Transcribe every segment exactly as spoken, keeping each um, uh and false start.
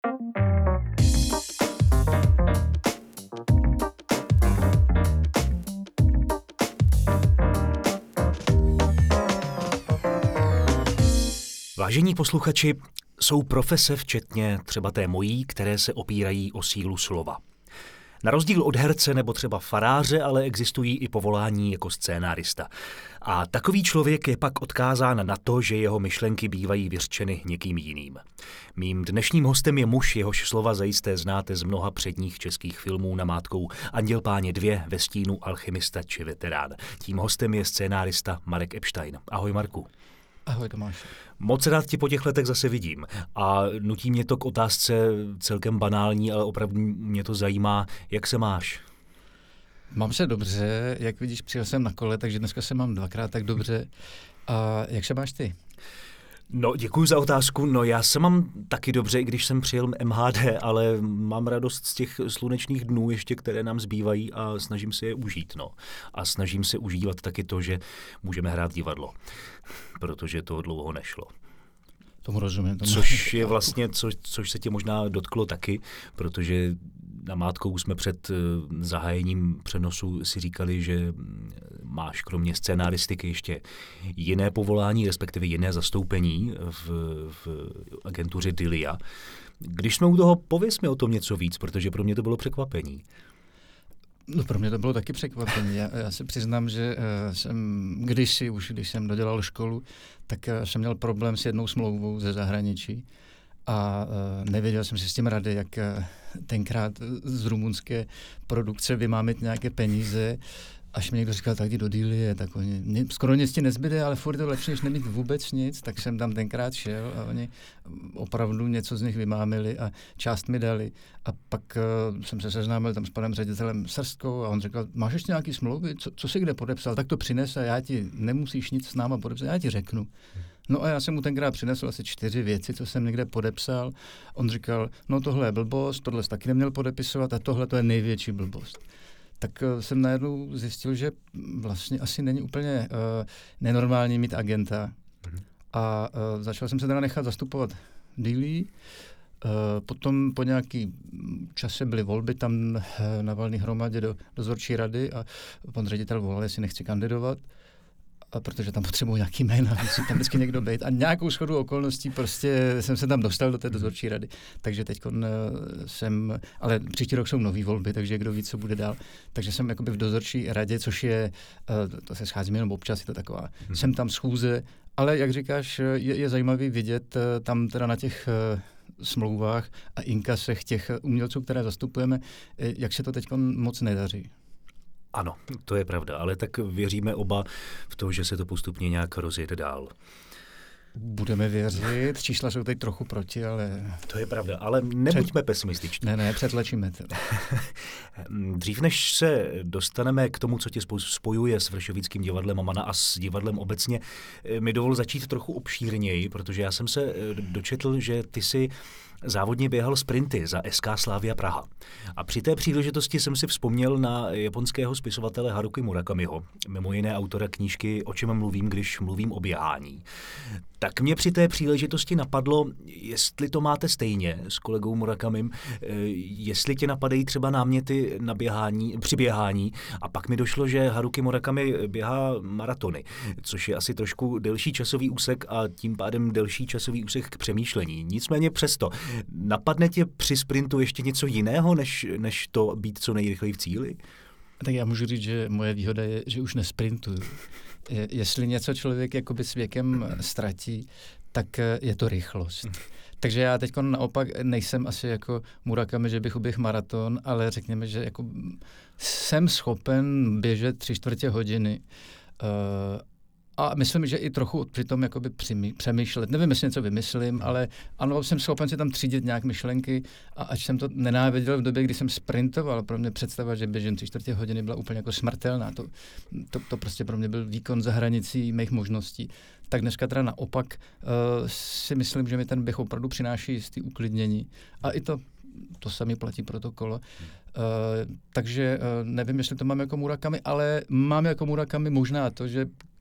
Vážení posluchači, jsou profese, včetně třeba té mojí, které se opírají o sílu slova. Na rozdíl od herce nebo třeba faráře, ale existují i povolání jako scénárista. A takový člověk je pak odkázán na to, že jeho myšlenky bývají vyřčeny někým jiným. Mým dnešním hostem je muž, jehož slova zajisté znáte z mnoha předních českých filmů namátkou Anděl páně dva, Ve stínu, Alchymista či Veterán. Tím hostem je scénárista Marek Epstein. Ahoj Marku. Ahoj Tomáš. Moc rád tě po těch letech zase vidím a nutí mě to k otázce celkem banální, ale opravdu mě to zajímá, jak se máš? Mám se dobře, jak vidíš, přijel jsem na kole, takže dneska se mám dvakrát tak dobře. A jak se máš ty? No, děkuji za otázku. No, já se mám taky dobře, i když jsem přijel M H D, ale mám radost z těch slunečných dnů ještě, které nám zbývají a snažím se je užít, no. A snažím se užívat taky to, že můžeme hrát divadlo, protože to dlouho nešlo. Tomu rozumím. Tomu což je vlastně, co, což se tě možná dotklo taky, protože namátkou jsme před zahájením přenosu si říkali, že máš kromě scénáristiky ještě jiné povolání, respektive jiné zastoupení v, v agentuře Dilia. Když jsme u toho, pověz mi o tom něco víc, protože pro mě to bylo překvapení. No pro mě to bylo taky překvapení. Já, já se přiznám, že uh, jsem kdysi, už když jsem dodělal školu, tak uh, jsem měl problém s jednou smlouvou ze zahraničí a uh, nevěděl jsem si s tím rady, jak uh, tenkrát z rumunské produkce vymámit nějaké peníze. Až mi někdo říkal, tak jdi do Dilie, tak oni, skoro nic ti nezbyde, ale furt to lepší, než nemít vůbec nic, tak jsem tam tenkrát šel a oni opravdu něco z nich vymámili a část mi dali. A pak uh, jsem se seznámil tam s panem ředitelem Srstkou a on řekl, máš ještě nějaký smlouvy, co, co jsi kde podepsal, tak to přines a já ti, nemusíš nic s náma podepsat, já ti řeknu. No a já jsem mu tenkrát přinesl asi čtyři věci, co jsem někde podepsal. On říkal, no tohle je blbost, tohle jsi taky neměl podepisovat a tohle to je největší blbost. Tak uh, jsem najednou zjistil, že vlastně asi není úplně uh, nenormální mít agenta. Mm-hmm. A uh, začal jsem se teda nechat zastupovat Dilii. Uh, potom po nějaký čase byly volby tam uh, na valné hromadě do dozorčí rady a pan ředitel volal, jestli nechci kandidovat. A protože tam potřebuji nějaký jména, musí tam vždycky někdo být. A nějakou shodu okolností prostě jsem se tam dostal do té dozorčí rady. Takže teď jsem, ale příští rok jsou nový volby, takže kdo ví, co bude dál. Takže jsem jakoby v dozorčí radě, což je, to se scházíme jenom občas, je to taková, hmm. jsem tam schůze, ale jak říkáš, je, je zajímavý vidět tam teda na těch smlouvách a inkasech těch umělců, které zastupujeme, jak se to teď moc nedaří. Ano, to je pravda, ale tak věříme oba v to, že se to postupně nějak rozjede dál. Budeme věřit, čísla jsou teď trochu proti, ale... To je pravda, ale nebuďme Před... pesimističní. Ne, ne, přetlačíme to. Dřív než se dostaneme k tomu, co tě spojuje s Vršovickým divadlem Amana a s divadlem obecně, mi dovol začít trochu obšírněji, protože já jsem se dočetl, že ty si závodně běhal sprinty za S K Slavia Praha. A při té příležitosti jsem si vzpomněl na japonského spisovatele Haruki Murakamiho, mimo jiné autora knížky O čem mluvím, když mluvím o běhání. Tak mě při té příležitosti napadlo, jestli to máte stejně s kolegou Murakamim, jestli tě napadají třeba náměty na běhání, při běhání, a pak mi došlo, že Haruki Murakami běhá maratony, což je asi trošku delší časový úsek a tím pádem delší časový úsek k přemýšlení. Nicméně přesto, napadne tě při sprintu ještě něco jiného, než, než to být co nejrychleji v cíli? Tak já můžu říct, že moje výhoda je, že už nesprintuju. Je, jestli něco člověk jakoby s věkem ztratí, tak je to rychlost. Takže já teď naopak nejsem asi jako Murakami, že bych uběhl maraton, ale řekněme, že jako jsem schopen běžet tři čtvrtě hodiny. Uh, A myslím, že i trochu přitom jakoby přemýšlet. Nevím, jestli něco vymyslím, ale ano, jsem schopen si tam třídit nějak myšlenky a ač jsem to nenáviděl v době, kdy jsem sprintoval, pro mě představa, že běžím tři čtvrtě hodiny byla úplně jako smrtelná. To, to, to prostě pro mě byl výkon za hranicí mých možností. Tak dneska teda naopak uh, si myslím, že mi ten běh opravdu přináší jistý uklidnění. A i to To samé platí pro to kolo. Uh, takže uh, nevím, jestli to mám jako Murakami, ale mám jako Murakami možná to, že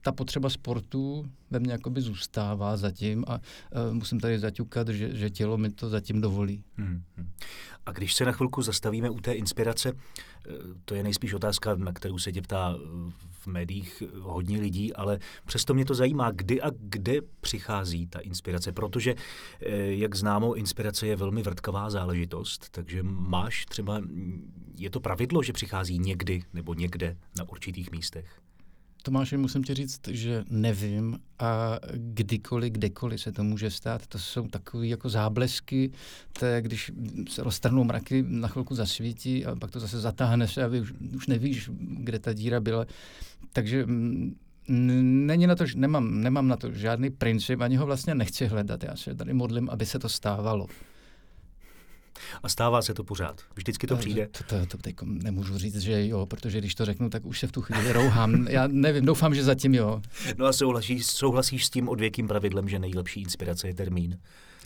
ta potřeba sportu ve mně jakoby zůstává zatím a uh, musím tady zaťukat, že, že tělo mi to zatím dovolí. Hmm. A když se na chvilku zastavíme u té inspirace, to je nejspíš otázka, na kterou se tě ptá v médiích hodně lidí, ale přesto mě to zajímá, kdy a kde přichází ta inspirace, protože, jak známo, inspirace je velmi vrtkavá záležitost, takže máš třeba, je to pravidlo, že přichází někdy nebo někde na určitých místech? Tomáši, musím ti říct, že nevím a kdykoliv, kdekoliv se to může stát. To jsou takové jako záblesky, to je, když se roztrhnou mraky, na chvilku zasvítí a pak to zase zatáhne se a vy už, už nevíš, kde ta díra byla. Takže není na to, nemám, nemám na to žádný princip, ani ho vlastně nechci hledat. Já se tady modlím, aby se to stávalo. A stává se to pořád? Vždycky to přijde? To, to, to teď nemůžu říct, že jo, protože když to řeknu, tak už se v tu chvíli rouhám. Já nevím, doufám, že zatím jo. No a souhlasíš, souhlasíš s tím odvěkým pravidlem, že nejlepší inspirace je termín?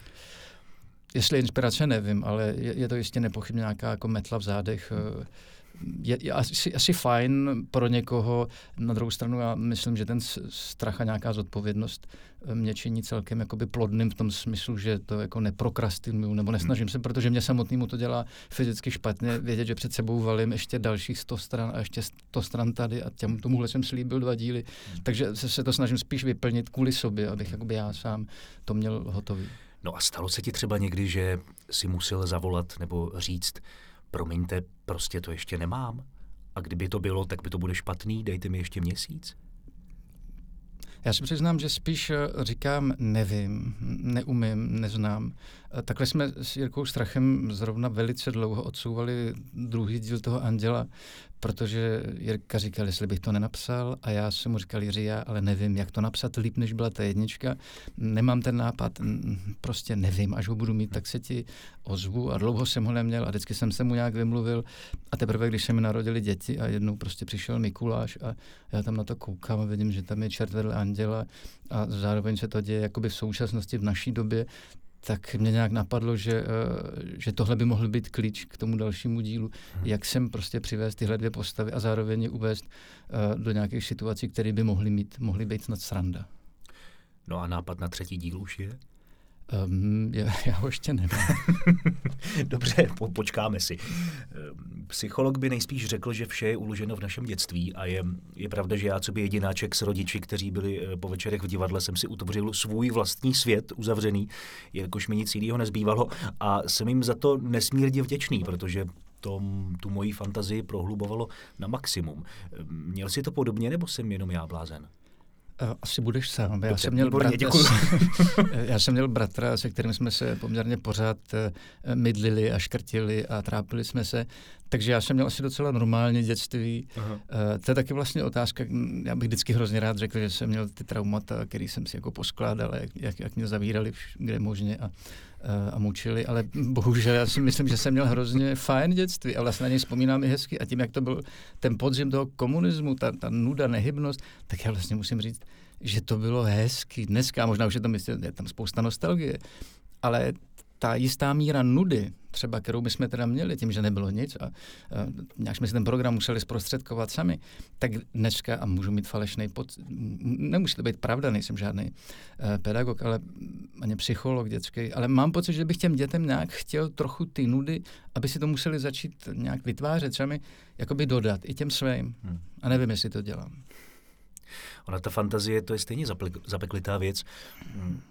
Jestli inspirace, nevím, ale je, je to jistě nepochybně nějaká jako metla v zádech. Je, je asi, asi fajn pro někoho. Na druhou stranu já myslím, že ten strach a nějaká zodpovědnost mě činí celkem jakoby plodným v tom smyslu, že to jako neprokrastinuju nebo nesnažím se, protože mě samotnému to dělá fyzicky špatně, vědět, že před sebou valím ještě dalších sto stran a ještě sto stran tady a těm, tomuhle jsem slíbil dva díly. Takže se, se to snažím spíš vyplnit kvůli sobě, abych jakoby já sám to měl hotový. No a stalo se ti třeba někdy, že si musel zavolat nebo říct: promiňte, prostě to ještě nemám. A kdyby to bylo, tak by to bude špatný, dejte mi ještě měsíc. Já si přiznám, že spíš říkám nevím, neumím, neznám. Takhle jsme s Jirkou Strachem zrovna velice dlouho odsouvali druhý díl toho Anděla, protože Jirka říkal, jestli bych to nenapsal a já jsem mu říkal, Jiří, já ale nevím, jak to napsat líp, než byla ta jednička. Nemám ten nápad, prostě nevím, až ho budu mít, tak se ti ozvu a dlouho jsem ho neměl a vždycky jsem se mu nějak vymluvil a teprve, když se mi narodili děti a jednou prostě přišel Mikuláš a já tam na to koukám a vidím, že tam je čert vedle Anděla a zároveň se to děje jakoby v současnosti v naší době, tak mě nějak napadlo, že, že tohle by mohl být klíč k tomu dalšímu dílu. Hmm. Jak jsem prostě přivést tyhle dvě postavy a zároveň je uvést do nějakých situací, které by mohly mít, mohly být snad sranda. No a nápad na třetí díl už je? Um, já, já ho ještě nemám. Dobře, po, počkáme si. Psycholog by nejspíš řekl, že vše je uloženo v našem dětství a je, je pravda, že já, co by jedináček s rodiči, kteří byli po večerech v divadle, jsem si utvořil svůj vlastní svět uzavřený, jelikož mi nic jiného nezbývalo a jsem jim za to nesmírně vděčný, protože to tu moji fantazii prohlubovalo na maximum. Měl jsi to podobně, nebo jsem jenom já blázen? Asi budeš sám. Já, Dobře, jsem měl výborně, bratra, já jsem měl bratra, se kterým jsme se poměrně pořád mydlili a škrtili a trápili jsme se. Takže já jsem měl asi docela normální dětství. Aha. To je taky vlastně otázka, já bych vždycky hrozně rád řekl, že jsem měl ty traumata, který jsem si jako poskládal, jak, jak, jak mě zavírali kde možně a, a mučili, ale bohužel já si myslím, že jsem měl hrozně fajn dětství a vlastně na něj vzpomínám i hezky a tím, jak to byl ten podzim toho komunismu, ta, ta nuda, nehybnost, tak já vlastně musím říct, že to bylo hezky. Dneska možná už je tam, je tam spousta nostalgie, ale ta jistá míra nudy, třeba kterou my jsme teda měli tím, že nebylo nic a, a nějak jsme si ten program museli zprostředkovat sami, tak dneska, a můžu mít falešný pocit, nemusí to být pravda, nejsem žádný uh, pedagog, ale ani psycholog dětský, ale mám pocit, že bych těm dětem nějak chtěl trochu ty nudy, aby si to museli začít nějak vytvářet sami, jakoby dodat i těm svým. Hmm. A nevím, jestli to dělám. Ona ta fantazie, to je stejně zapeklitá věc. Hmm.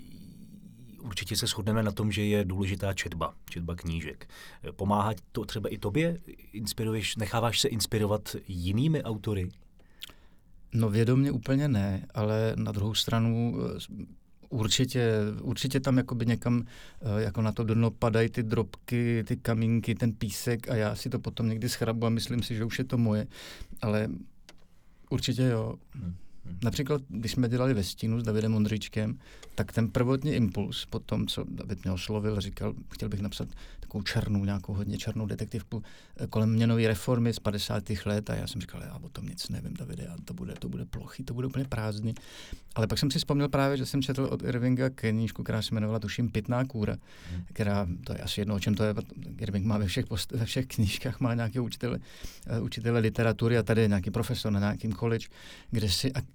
Určitě se shodneme na tom, že je důležitá četba, četba knížek. Pomáhá to třeba i tobě? Inspiruješ, necháváš se inspirovat jinými autory? No vědomě úplně ne, ale na druhou stranu určitě, určitě tam jakoby někam jako na to dno padají ty drobky, ty kamínky, ten písek a já si to potom někdy schrabu a myslím si, že už je to moje, ale určitě jo. Hmm. Například, když jsme dělali Ve stínu s Davidem Ondříčkem, tak ten prvotní impuls po tom, co David mě oslovil, říkal, chtěl bych napsat takovou černou, nějakou hodně černou detektivku kolem měnové reformy z padesátých let a já jsem říkal, já o tom nic nevím, Davide, to bude, to bude plochý, to bude úplně prázdný. Ale pak jsem si vzpomněl právě, že jsem četl od Irvinga knížku, která se jmenovala, tuším, Pitná kůra, hmm. která, to je asi jedno, o čem to je, Irving má ve všech, post, ve všech knížkách, má nějaké učitele, učitele literatury a tady je nějaký profesor na nějakým college, kde si, a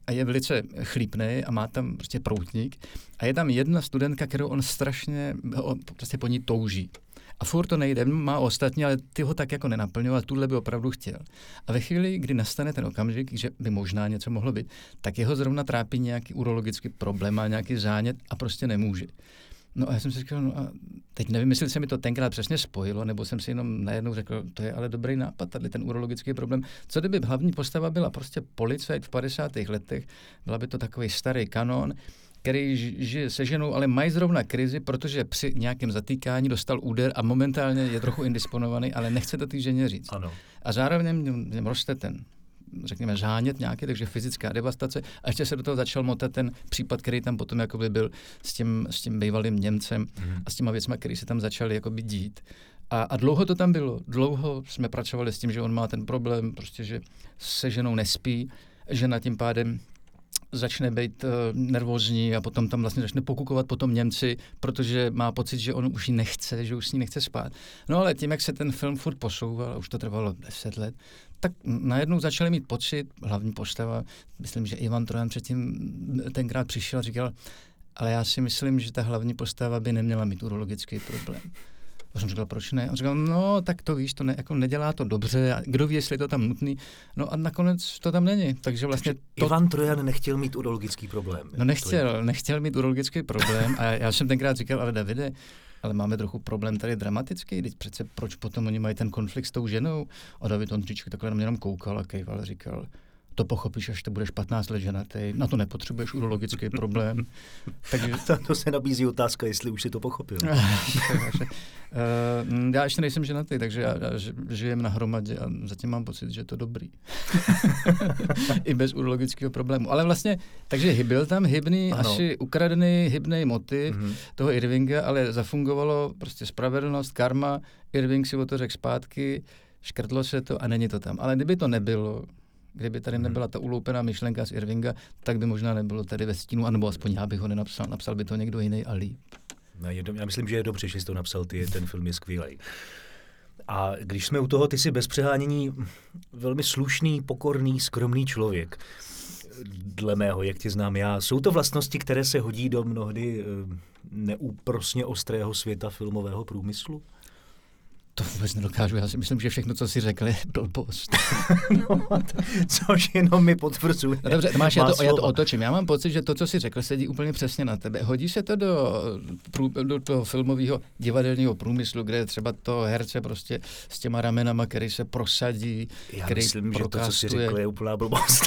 a je velice chlípnej a má tam prostě proutník a je tam jedna studentka, kterou on strašně on prostě po ní touží. A furt to nejde, má ostatní, ale ty ho tak jako nenaplňoval, tuhle by opravdu chtěl. A ve chvíli, kdy nastane ten okamžik, že by možná něco mohlo být, tak jeho zrovna trápí nějaký urologický problém, má nějaký zánět a prostě nemůže. No a já jsem si říkal, no a teď nevím, jestli se mi to tenkrát přesně spojilo, nebo jsem si jenom najednou řekl, to je ale dobrý nápad, tady ten urologický problém. Co kdyby hlavní postava byla prostě policajt v padesátých letech, byla by to takový starý kanon, který žije se ženou, ale mají zrovna krizi, protože při nějakém zatýkání dostal úder a momentálně je trochu indisponovaný, ale nechce to té ženě říct. Ano. A zároveň v něm roste ten, řekněme, zánět nějaký, takže fyzická devastace. A ještě se do toho začal motat ten případ, který tam potom jakoby byl s tím, s tím bývalým Němcem mm. a s těma věcma, které se tam začaly jakoby dít. A, a dlouho to tam bylo. Dlouho jsme pracovali s tím, že on má ten problém, prostě, že se ženou nespí, žena tím pádem začne být uh, nervózní a potom tam vlastně začne pokukovat potom Němci, protože má pocit, že on už ji nechce, že už s ní nechce spát. No ale tím, jak se ten film furt posouval, a už to trvalo deset let, tak najednou začali mít pocit, hlavní postava, myslím, že Ivan Trojan předtím tenkrát přišel a říkal, ale já si myslím, že ta hlavní postava by neměla mít urologický problém. A jsem říkal, proč ne? A říkal, no, tak to víš, to ne, jako nedělá to dobře, a kdo ví, jestli je to tam nutný. No a nakonec to tam není. Takže vlastně Takže to... Ivan Trojan nechtěl mít urologický problém. No nechtěl, nechtěl mít urologický problém a já jsem tenkrát říkal, ale Davide, ale máme trochu problém tady dramatický, teď přece proč potom oni mají ten konflikt s tou ženou? A David Ondříček takhle na mě jenom koukal a kejval a říkal, to pochopíš, až to budeš patnáct let ženatý, na to nepotřebuješ urologický problém. Takže... to, to se nabízí otázka, jestli už si to pochopil. Uh, já ještě nejsem ženatý, takže já, já žijem na hromadě a zatím mám pocit, že je to dobrý. I bez urologického problému. Ale vlastně, takže byl tam hybný, ano. asi ukradený hybný motiv mm-hmm. toho Irvinga, ale zafungovalo prostě spravedlnost, karma, Irving si o to řekl zpátky, škrtlo se to a není to tam. Ale kdyby to nebylo, kdyby tady nebyla ta uloupená myšlenka z Irvinga, tak by možná nebylo tady ve stínu, anebo aspoň já bych ho nenapsal, napsal by to někdo jiný a líp. Já myslím, že je dobře, že jsi to napsal ty, ten film je skvělej. A když jsme u toho, ty jsi bez přehánění velmi slušný, pokorný, skromný člověk. Dle mého, jak tě znám já. Jsou to vlastnosti, které se hodí do mnohdy neúprosně ostrého světa filmového průmyslu? To vůbec nedokážu, já si myslím, že všechno, co jsi řekl, je blbost. No, což jenom mi potvrzuje. No dobře, Tomáš, já to, já to otočím. Já mám pocit, že to, co jsi řekl, sedí úplně přesně na tebe. Hodí se to do, do toho filmového divadelního průmyslu, kde je třeba to herce prostě s těma ramenama, který se prosadí, já který myslím, prokastuje. Že to, co jsi řekl, je úplná blbost.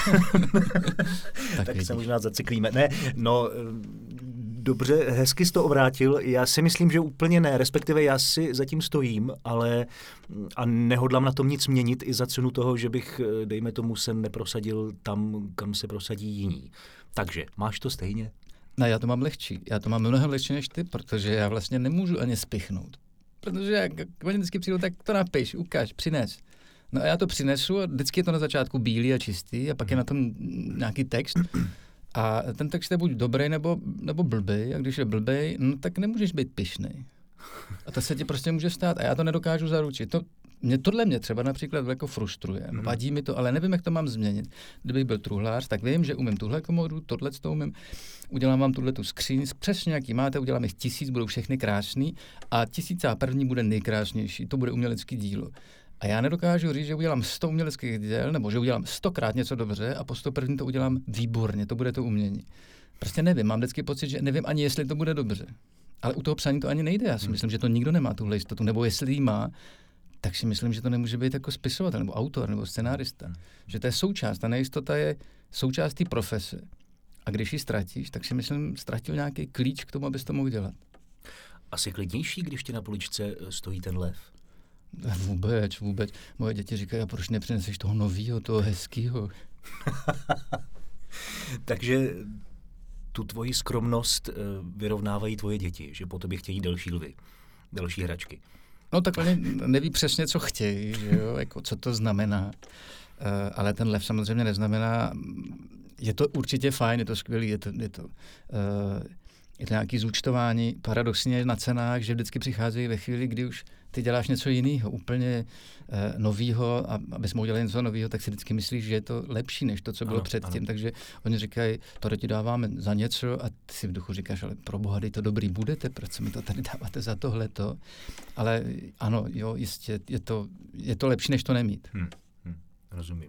tak tak se možná zacyklíme. Ne, no... Dobře, hezky jsi to obrátil. Já si myslím, že úplně ne, respektive já si zatím stojím, ale a nehodlám na tom nic měnit i za cenu toho, že bych, dejme tomu, se neprosadil tam, kam se prosadí jiní. Takže, máš to stejně? Ne, já to mám lehčí. Já to mám mnohem lehčí než ty, protože já vlastně nemůžu ani spichnout. Protože jak oni vždycky přijdou, tak to napiš, ukáž, přines. No a já to přinesu a vždycky je to na začátku bílý a čistý a pak je na tom nějaký text. A ten text je buď dobrý nebo, nebo blbej, a když je blbej, no tak nemůžeš být pyšnej. A to se ti prostě může stát a já to nedokážu zaručit. To, mě, tohle mě třeba například jako frustruje, mm. vadí mi to, ale nevím, jak to mám změnit. Kdybych byl truhlář, tak vím, že umím tuhle komodu, tohle to umím, udělám vám tuhle tu skříň, přesně jaký máte, udělám jich tisíc, budou všechny krásný a tisícá první bude nejkrásnější, to bude umělecký dílo. A já nedokážu říct, že udělám sto uměleckých děl, nebo že udělám stokrát něco dobře a po sto první to udělám výborně, to bude to umění. Prostě nevím, mám vždycky pocit, že nevím ani, jestli to bude dobře. Ale u toho psaní to ani nejde, já si myslím, že to nikdo nemá tuhle jistotu, nebo jestli ji má, tak si myslím, že to nemůže být jako spisovatel, nebo autor, nebo scenárista. Že to je součást, ta nejistota je součást té profese. A když ji ztratíš, tak si myslím, ztratil nějaký klíč k tomu, abys to mohl dělat. Asi klidnější, když ti na poličce stojí ten lev? Vůbec, vůbec. Moje děti říkají, a proč nepřineseš toho novýho, toho hezkýho? Takže tu tvoji skromnost vyrovnávají tvoje děti, že po tobě chtějí další lvy, další hračky. No tak oni neví přesně, co chtějí, že jo? Jako, co to znamená. Uh, ale ten lev samozřejmě neznamená, je to určitě fajn, je to skvělý, je to, je to uh, je to nějaké zúčtování paradoxně na cenách, že vždycky přicházejí ve chvíli, kdy už ty děláš něco jiného, úplně eh, novýho, a aby jsme udělali něco novýho, tak si vždycky myslíš, že je to lepší než to, co bylo ano, předtím. Ano. Takže oni říkají, to ti dáváme za něco a ty si v duchu říkáš, ale pro boha, to dobrý budete, proč se mi to tady dáváte za tohleto. Ale ano, jo, jistě, je to, je to lepší, než to nemít. Hmm, hmm, rozumím.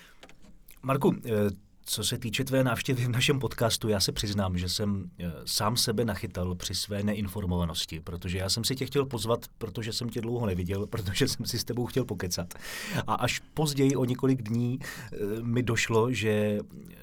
Marku, eh, co se týče tvé návštěvy v našem podcastu, já se přiznám, že jsem sám sebe nachytal při své neinformovanosti, protože já jsem si tě chtěl pozvat, protože jsem tě dlouho neviděl, protože jsem si s tebou chtěl pokecat. A až později o několik dní mi došlo, že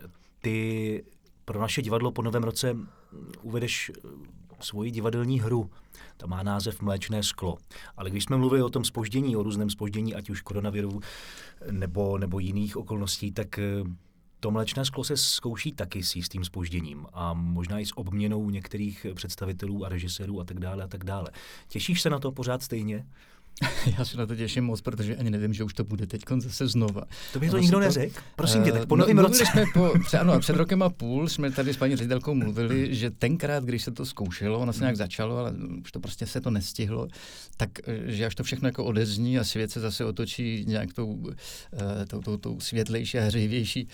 ty pro naše divadlo po Novém roce uvedeš svoji divadelní hru. Ta má název Mléčné sklo. Ale když jsme mluvili o tom zpoždění, o různém zpoždění, ať už koronaviru nebo, nebo jiných okolností, tak to Mléčné sklo se zkouší taky s jistým zpožděním a možná i s obměnou některých představitelů a režisérů a tak dále a tak dále. Těšíš se na to pořád stejně? Já se na to těším moc, protože ani nevím, že už to bude teď zase znova. To by to nikdo neřekl? Prosím tě, tak po novém no, roce. Jsme po, před, ano, před rokem a půl jsme tady s paní ředitelkou mluvili, že tenkrát, když se to zkoušelo, ono se nějak začalo, ale už to prostě se to nestihlo, tak že až to všechno jako odezní a svět se zase otočí nějak tou, tou, tou, tou světlejší a hřejivější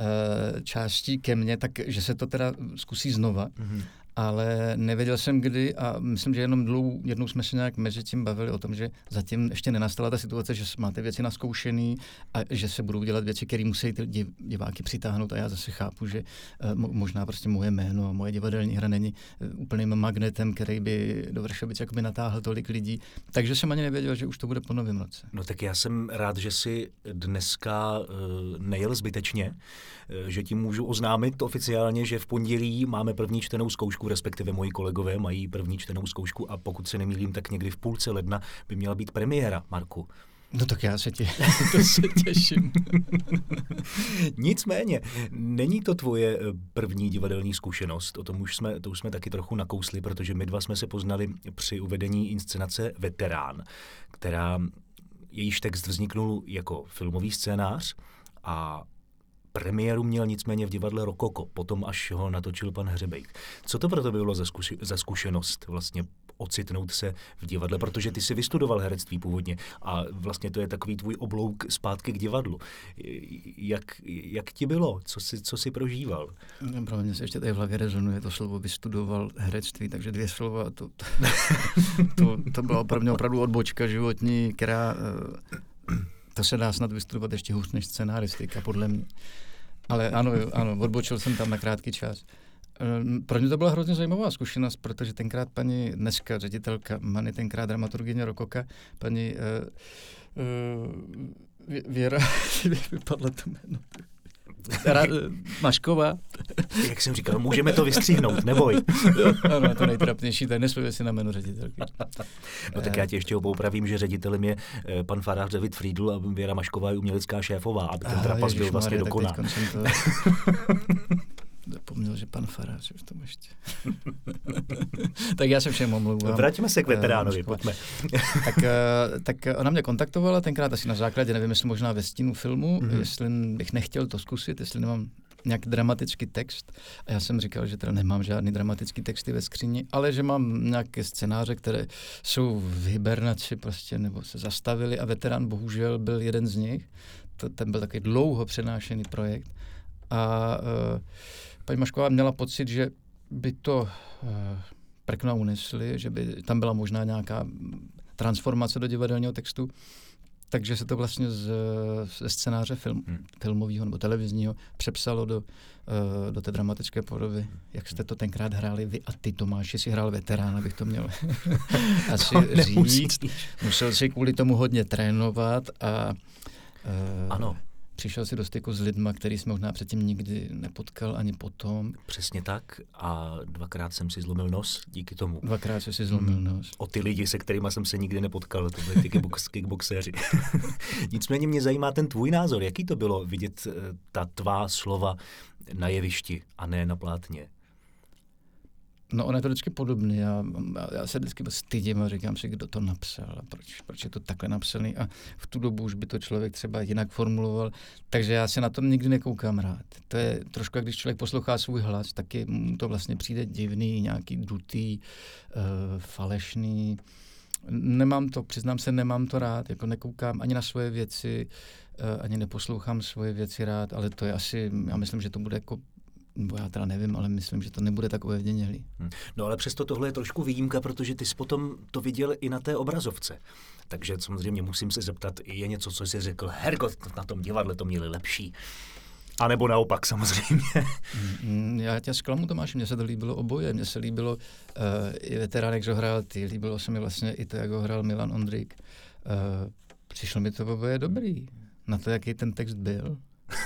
částí ke mně, tak že se to teda zkusí znova. Mm-hmm. Ale nevěděl jsem kdy a myslím, že jenom dlouho, jednou jsme se nějak mezi tím bavili o tom, že zatím ještě nenastala ta situace, že máte věci naskoušený a že se budou dělat věci, které musí ty diváky přitáhnout a já zase chápu, že uh, možná prostě moje jméno a moje divadelní hra není uh, úplným magnetem, který by do Vršovic jakoby natáhl tolik lidí, takže jsem ani nevěděl, že už to bude po novém roce. No tak já jsem rád, že si dneska uh, nejel zbytečně, uh, že ti můžu oznámit oficiálně, že v pondělí máme první čtenou zkoušku, respektive moji kolegové mají první čtenou zkoušku a pokud se nemýlím, tak někdy v půlce ledna by měla být premiéra, Marku. No tak já se, tě, to se těším. Nicméně, není to tvoje první divadelní zkušenost, o tom už jsme, to už jsme taky trochu nakousli, protože my dva jsme se poznali při uvedení inscenace Veterán, která jejíž text vzniknul jako filmový scénář a premiéru měl nicméně v divadle Rokoko, potom až ho natočil pan Hřebejk. Co to pro to bylo za, zkuši- za zkušenost vlastně ocitnout se v divadle, protože ty si vystudoval herectví původně a vlastně to je takový tvůj oblouk zpátky k divadlu. Jak, jak ti bylo? Co jsi, co jsi prožíval? No, pro mě se ještě tady v hlavě rezonuje to slovo vystudoval herectví, takže dvě slova. To, to, to, to byla pro mě opravdu odbočka životní, která... To se dá snad vystudovat ještě hůř než scenáristika, podle mě. Ale ano, ano, odbočil jsem tam na krátký čas. Pro mě to byla hrozně zajímavá zkušenost, protože tenkrát paní, dneska ředitelka Many, tenkrát dramaturgyně Rokoka, paní uh, uh, Věra, vypadla to jméno, Mašková. Jak jsem říkal, můžeme to vystřihnout, neboj. Jo, ano, je to nejtrapnější, tak nespověď si na jméno ředitelky. No tak já tě ještě poupravím, že ředitelem je pan farář David Friedl a Věra Mašková je umělecká šéfová, aby ten trapas byl vlastně dokonalý. Zapomněl, že pan farář už to ještě. Tak já se všem omlouvám. Vraťme se k Veteránovi, uh, pojďme. tak, uh, tak ona mě kontaktovala tenkrát asi na základě, nevím, jestli možná ve stínu filmu, mm-hmm. jestli bych nechtěl to zkusit, jestli nemám nějaký dramatický text. A já jsem říkal, že teda nemám žádný dramatický texty ve skříni, ale že mám nějaké scénáře, které jsou v hibernaci prostě, nebo se zastavily a Veterán bohužel byl jeden z nich. To, ten byl takový dlouho přenášený projekt. A uh, paní Mašková měla pocit, že by to uh, prkna unesli, že by tam byla možná nějaká transformace do divadelního textu, takže se to vlastně z, ze scénáře film, hmm. filmového nebo televizního přepsalo do, uh, do té dramatické podoby. Jak jste to tenkrát hráli vy a ty, Tomáši, si hrál Veterán, abych to měl asi říct. Musel si kvůli tomu hodně trénovat a uh, ano. Přišel si do styku s lidma, který jsme možná předtím nikdy nepotkal ani potom. Přesně tak a dvakrát jsem si zlomil nos díky tomu. Dvakrát jsem si zlomil nos. O ty lidi, se kterými jsem se nikdy nepotkal, to byli ty kickbox, kickboxéři. Nicméně mě zajímá ten tvůj názor. Jaký to bylo vidět ta tvá slova na jevišti a ne na plátně? No, ono je to vždycky podobný. Já, já se vždycky stydím a říkám si, kdo to napsal a proč, proč je to takhle napsaný a v tu dobu už by to člověk třeba jinak formuloval. Takže já se na to nikdy nekoukám rád. To je trošku, jak když člověk poslouchá svůj hlas, taky mu to vlastně přijde divný, nějaký dutý, uh, falešný. Nemám to, přiznám se, nemám to rád, jako nekoukám ani na svoje věci, uh, ani neposlouchám svoje věci rád, ale to je asi, já myslím, že to bude jako Bo já teda nevím, ale myslím, že to nebude tak ojedinělý. Hmm. No ale přesto tohle je trošku výjimka, protože ty jsi potom to viděl i na té obrazovce. Takže samozřejmě musím se zeptat, je něco, co jsi řekl, hergot, na tom divadle to měli lepší. A nebo naopak samozřejmě. Hmm, já tě zklamu, Tomáš, mně se to líbilo oboje. Mně se líbilo uh, i Veteránek, že ho hrál ty, líbilo se mi vlastně i to, jak ho hrál Milan Ondrik. Uh, přišlo mi to oboje dobrý. Na to, jaký ten text byl.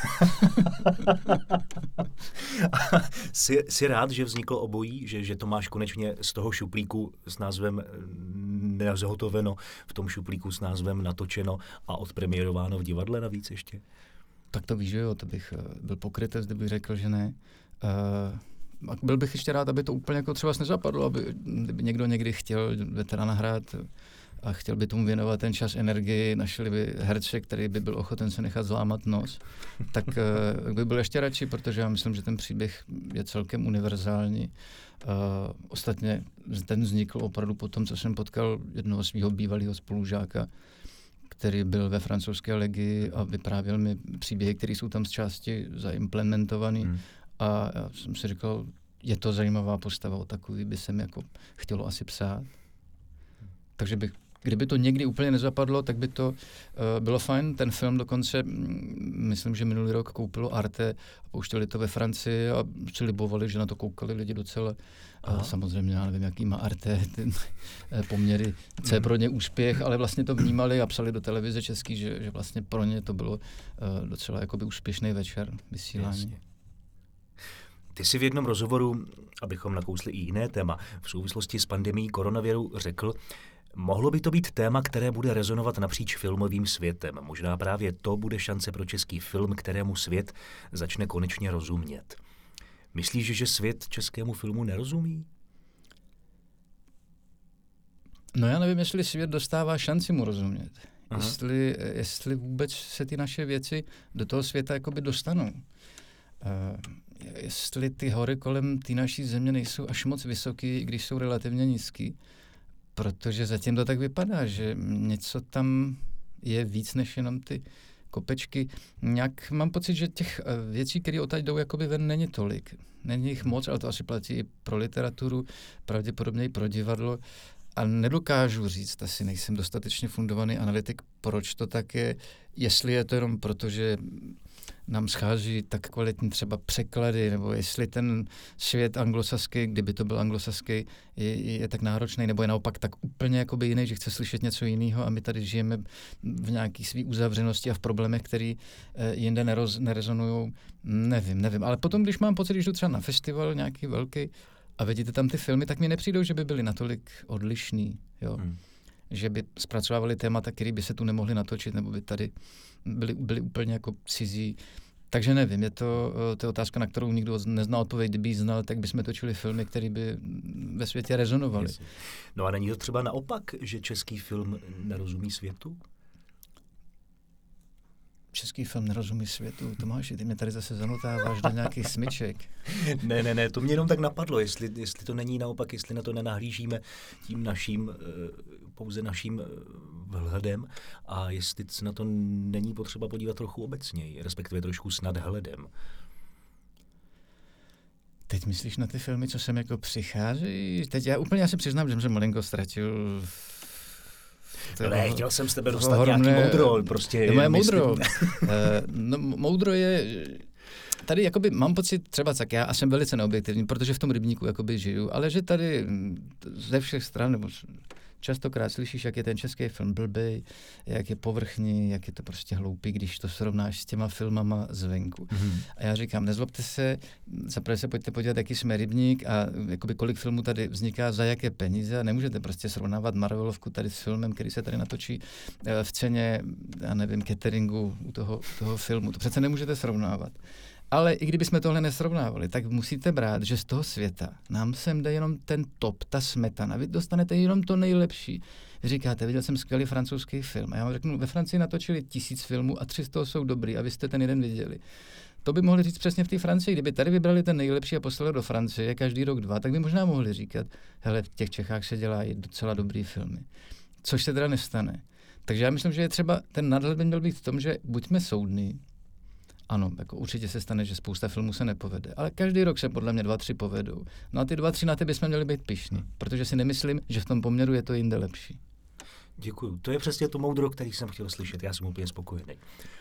jsi, jsi rád, že vzniklo obojí, že, že to máš konečně z toho šuplíku s názvem nezhotoveno, v tom šuplíku s názvem natočeno a odpremiérováno v divadle navíc ještě? Tak to víš, že jo, to bych byl pokrytec, kdybych řekl, že ne. Uh, byl bych ještě rád, aby to úplně jako třeba nezapadlo, aby kdyby někdo někdy chtěl veterána hrát a chtěl by tomu věnovat ten čas, energii, našli by herce, který by byl ochoten se nechat zlámat nos, tak uh, by byl ještě radši, protože já myslím, že ten příběh je celkem univerzální. Uh, ostatně ten vznikl opravdu po tom, co jsem potkal jednoho svého bývalého spolužáka, který byl ve francouzské legii a vyprávěl mi příběhy, které jsou tam z části zaimplementované. Hmm. A já jsem si říkal, je to zajímavá postava, o takový by se mi jako chtělo asi psát. Takže bych, kdyby to někdy úplně nezapadlo, tak by to uh, bylo fajn. Ten film dokonce, mm, myslím, že minulý rok koupilo Arte a pouštěli to ve Francii a si libovali, že na to koukali lidi docela. Uh, samozřejmě, já nevím, jaký má Arte ty poměry, co je pro ně úspěch, ale vlastně to vnímali a psali do televize český, že, že vlastně pro ně to bylo uh, docela jakoby úspěšný večer vysílání. Jasně. Ty jsi v jednom rozhovoru, abychom nakousli i jiné téma, v souvislosti s pandemií koronaviru řekl, mohlo by to být téma, které bude rezonovat napříč filmovým světem. Možná právě to bude šance pro český film, kterému svět začne konečně rozumět. Myslíš, že svět českému filmu nerozumí? No já nevím, jestli svět dostává šanci mu rozumět. Jestli, jestli vůbec se ty naše věci do toho světa jakoby dostanou. Uh, jestli ty hory kolem té naší země nejsou až moc vysoký, když jsou relativně nízký. Protože zatím to tak vypadá, že něco tam je víc než jenom ty kopečky. Nějak mám pocit, že těch věcí, které odtaď jdou, jakoby ven není tolik. Není jich moc, ale to asi platí i pro literaturu, pravděpodobně i pro divadlo. A nedokážu říct, asi nejsem dostatečně fundovaný analytik, proč to tak je. Jestli je to jenom proto, že nám schází tak kvalitní třeba překlady, nebo jestli ten svět anglosaský, kdyby to byl anglosaský, je, je tak náročný, nebo je naopak tak úplně jakoby jiný, že chce slyšet něco jiného a my tady žijeme v nějaký svý uzavřenosti a v problémech, který eh, jinde neroz, nerezonují. Nevím, nevím. Ale potom, když mám pocit, když jdu třeba na festival nějaký velký a vidíte tam ty filmy, tak mi nepřijdou, že by byly natolik odlišný, jo. Hmm. Že by zpracovávali témata, které by se tu nemohli natočit, nebo by tady byly, byly úplně jako cizí. Takže nevím, je to, to je otázka, na kterou nikdo nezná odpověď. Kdyby ji znal, tak bychom točili filmy, které by ve světě rezonovaly. Jasně. No a není to třeba naopak, že český film nerozumí světu? Český film nerozumí světu. Tomáši, ty mě tady zase zanutáváš do nějakých smyček. Ne, ne, ne, to mě jenom tak napadlo, jestli, jestli to není naopak, jestli na to nenahlížíme tím naším, pouze naším vhledem a jestli se na to není potřeba podívat trochu obecněji, respektive trošku s nadhledem. Teď myslíš na ty filmy, co sem jako přichází? Teď já úplně já se přiznám, že jsem se malinko ztratil. No ne, chtěl jsem z tebe dostat ohromné, nějaký moudro, prostě. To moje moudro. uh, no, moudro je, tady jakoby mám pocit, třeba tak já, a jsem velice neobjektivní, protože v tom rybníku jakoby žiju, ale že tady ze všech stran, nebo častokrát slyšíš, jak je ten český film blbej, jak je povrchní, jak je to prostě hloupý, když to srovnáš s těma filmama zvenku. Mm-hmm. A já říkám, nezlobte se, zaprvé se pojďte podívat, jaký jsme rybník a jakoby kolik filmů tady vzniká, za jaké peníze a nemůžete prostě srovnávat Marvelovku tady s filmem, který se tady natočí v ceně, já nevím, cateringu u toho, toho filmu. To přece nemůžete srovnávat. Ale i kdybychom tohle nesrovnávali, tak musíte brát, že z toho světa nám sem jde jenom ten top, ta smetana. Vy dostanete jenom to nejlepší. Vy říkáte, viděl jsem skvělý francouzský film. A já vám řeknu, ve Francii natočili tisíc filmů a tři z toho jsou dobrý a vy jste ten jeden viděli. To by mohli říct přesně v té Francii. Kdyby tady vybrali ten nejlepší a poslali do Francie každý rok dva, tak by možná mohli říkat, hele, v těch Čechách se dělají docela dobrý filmy. Což se teda nestane. Takže já myslím, že je třeba, ten nadhled by měl být v tom, že buďme soudní. Ano, jako určitě se stane, že spousta filmů se nepovede, ale každý rok se podle mě dva, tři povedou. No a ty dva, tři na ty bychom měli být pyšní, protože si nemyslím, že v tom poměru je to jinde lepší. Děkuju. To je přesně to moudro, který jsem chtěl slyšet. Já jsem úplně spokojený.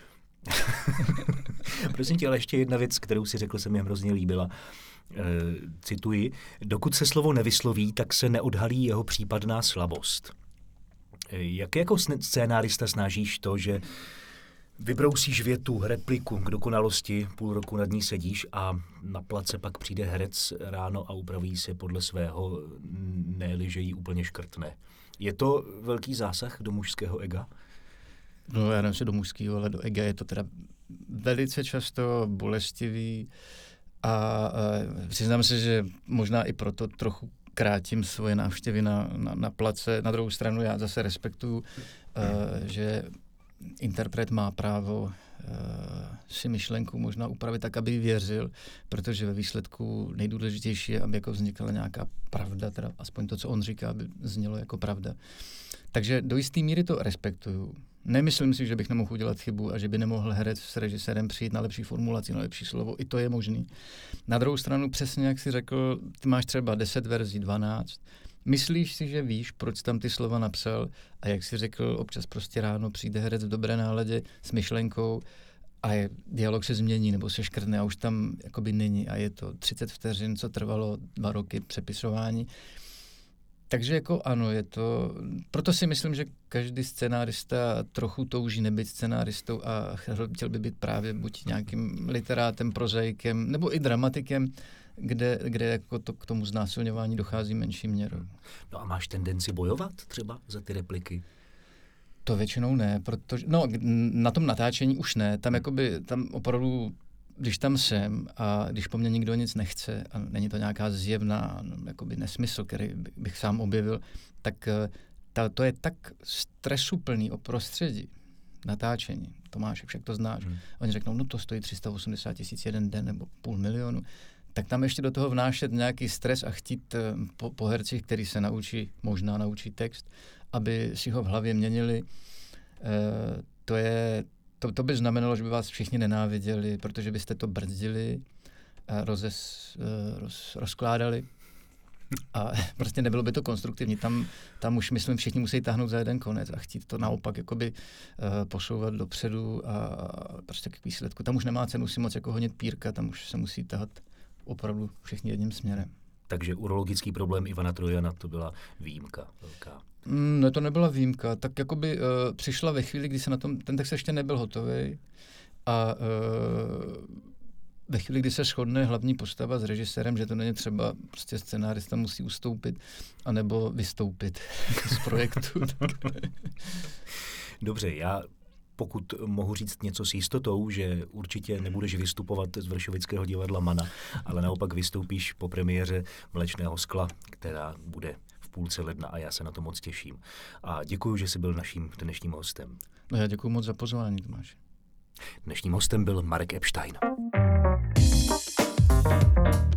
Prosím tě, ale ještě jedna věc, kterou si řekl, se mi hrozně líbila. E, cituji, dokud se slovo nevysloví, tak se neodhalí jeho případná slabost. E, jak jako scénárista snažíš to, že vybrousíš větu, repliku k dokonalosti, půl roku nad ní sedíš a na place pak přijde herec ráno a upraví se podle svého, ne-li, že jí úplně škrtne. Je to velký zásah do mužského ega? No já nevím, se do mužského, ale do ega je to teda velice často bolestivý a, a přiznám se, že možná i proto trochu krátím svoje návštěvy na, na, na place. Na druhou stranu já zase respektuju, uh, že interpret má právo uh, si myšlenku možná upravit tak, aby věřil, protože ve výsledku nejdůležitější je, aby jako vznikla nějaká pravda, teda aspoň to, co on říká, aby znělo jako pravda. Takže do jisté míry to respektuju. Nemyslím si, že bych nemohl udělat chybu a že by nemohl herec s režisérem přijít na lepší formulaci, na lepší slovo. I to je možný. Na druhou stranu přesně, jak jsi řekl, ty máš třeba deset verzí, dvanáct. Myslíš si, že víš, proč tam ty slova napsal a jak jsi řekl, občas prostě ráno přijde herec v dobré náladě s myšlenkou a je, dialog se změní nebo se škrtne a už tam jakoby není a je to třicet vteřin, co trvalo dva roky přepisování. Takže jako ano, je to, proto si myslím, že každý scenárista trochu touží nebýt scenáristou a chtěl by být právě buď nějakým literátem, prozaikem, nebo i dramatikem, kde, kde jako to k tomu znásilňování dochází menší měrou. No a máš tendenci bojovat třeba za ty repliky? To většinou ne, protože, no na tom natáčení už ne, tam jakoby, tam opravdu, když tam jsem a když po mně nikdo nic nechce a není to nějaká zjevná jakoby nesmysl, který bych sám objevil, tak ta, to je tak stresuplný o prostředí natáčení. Tomáš, však to znáš. Hmm. Oni řeknou, no to stojí tři sta osmdesát tisíc jeden den nebo půl milionu. Tak tam ještě do toho vnášet nějaký stres a chtít po, po hercích, který se naučí, možná naučí text, aby si ho v hlavě měnili, e, to je To, to by znamenalo, že by vás všichni nenáviděli, protože byste to brzdili, a rozes, roz, rozkládali a prostě nebylo by to konstruktivní. Tam, tam už, myslím, všichni musí táhnout za jeden konec a chtít to naopak jakoby uh, posouvat dopředu a prostě k výsledku. Tam už nemá cenu si moc jako honit pírka, tam už se musí tahat opravdu všichni jedním směrem. Takže urologický problém Ivana Trojana to byla výjimka velká. Mm, ne, to nebyla výjimka. Tak jakoby uh, přišla ve chvíli, kdy se na tom, ten text ještě nebyl hotový a uh, ve chvíli, kdy se shodne hlavní postava s režisérem, že to není třeba, prostě scenárista musí ustoupit anebo vystoupit z projektu. Dobře, já pokud mohu říct něco s jistotou, že určitě nebudeš vystupovat z Vršovického divadla Mana, ale naopak vystoupíš po premiéře Mléčného skla, která bude v půlce ledna a já se na to moc těším. A děkuji, že jsi byl naším dnešním hostem. No já děkuji moc za pozvání, Tomáš. Dnešním hostem byl Marek Epstein.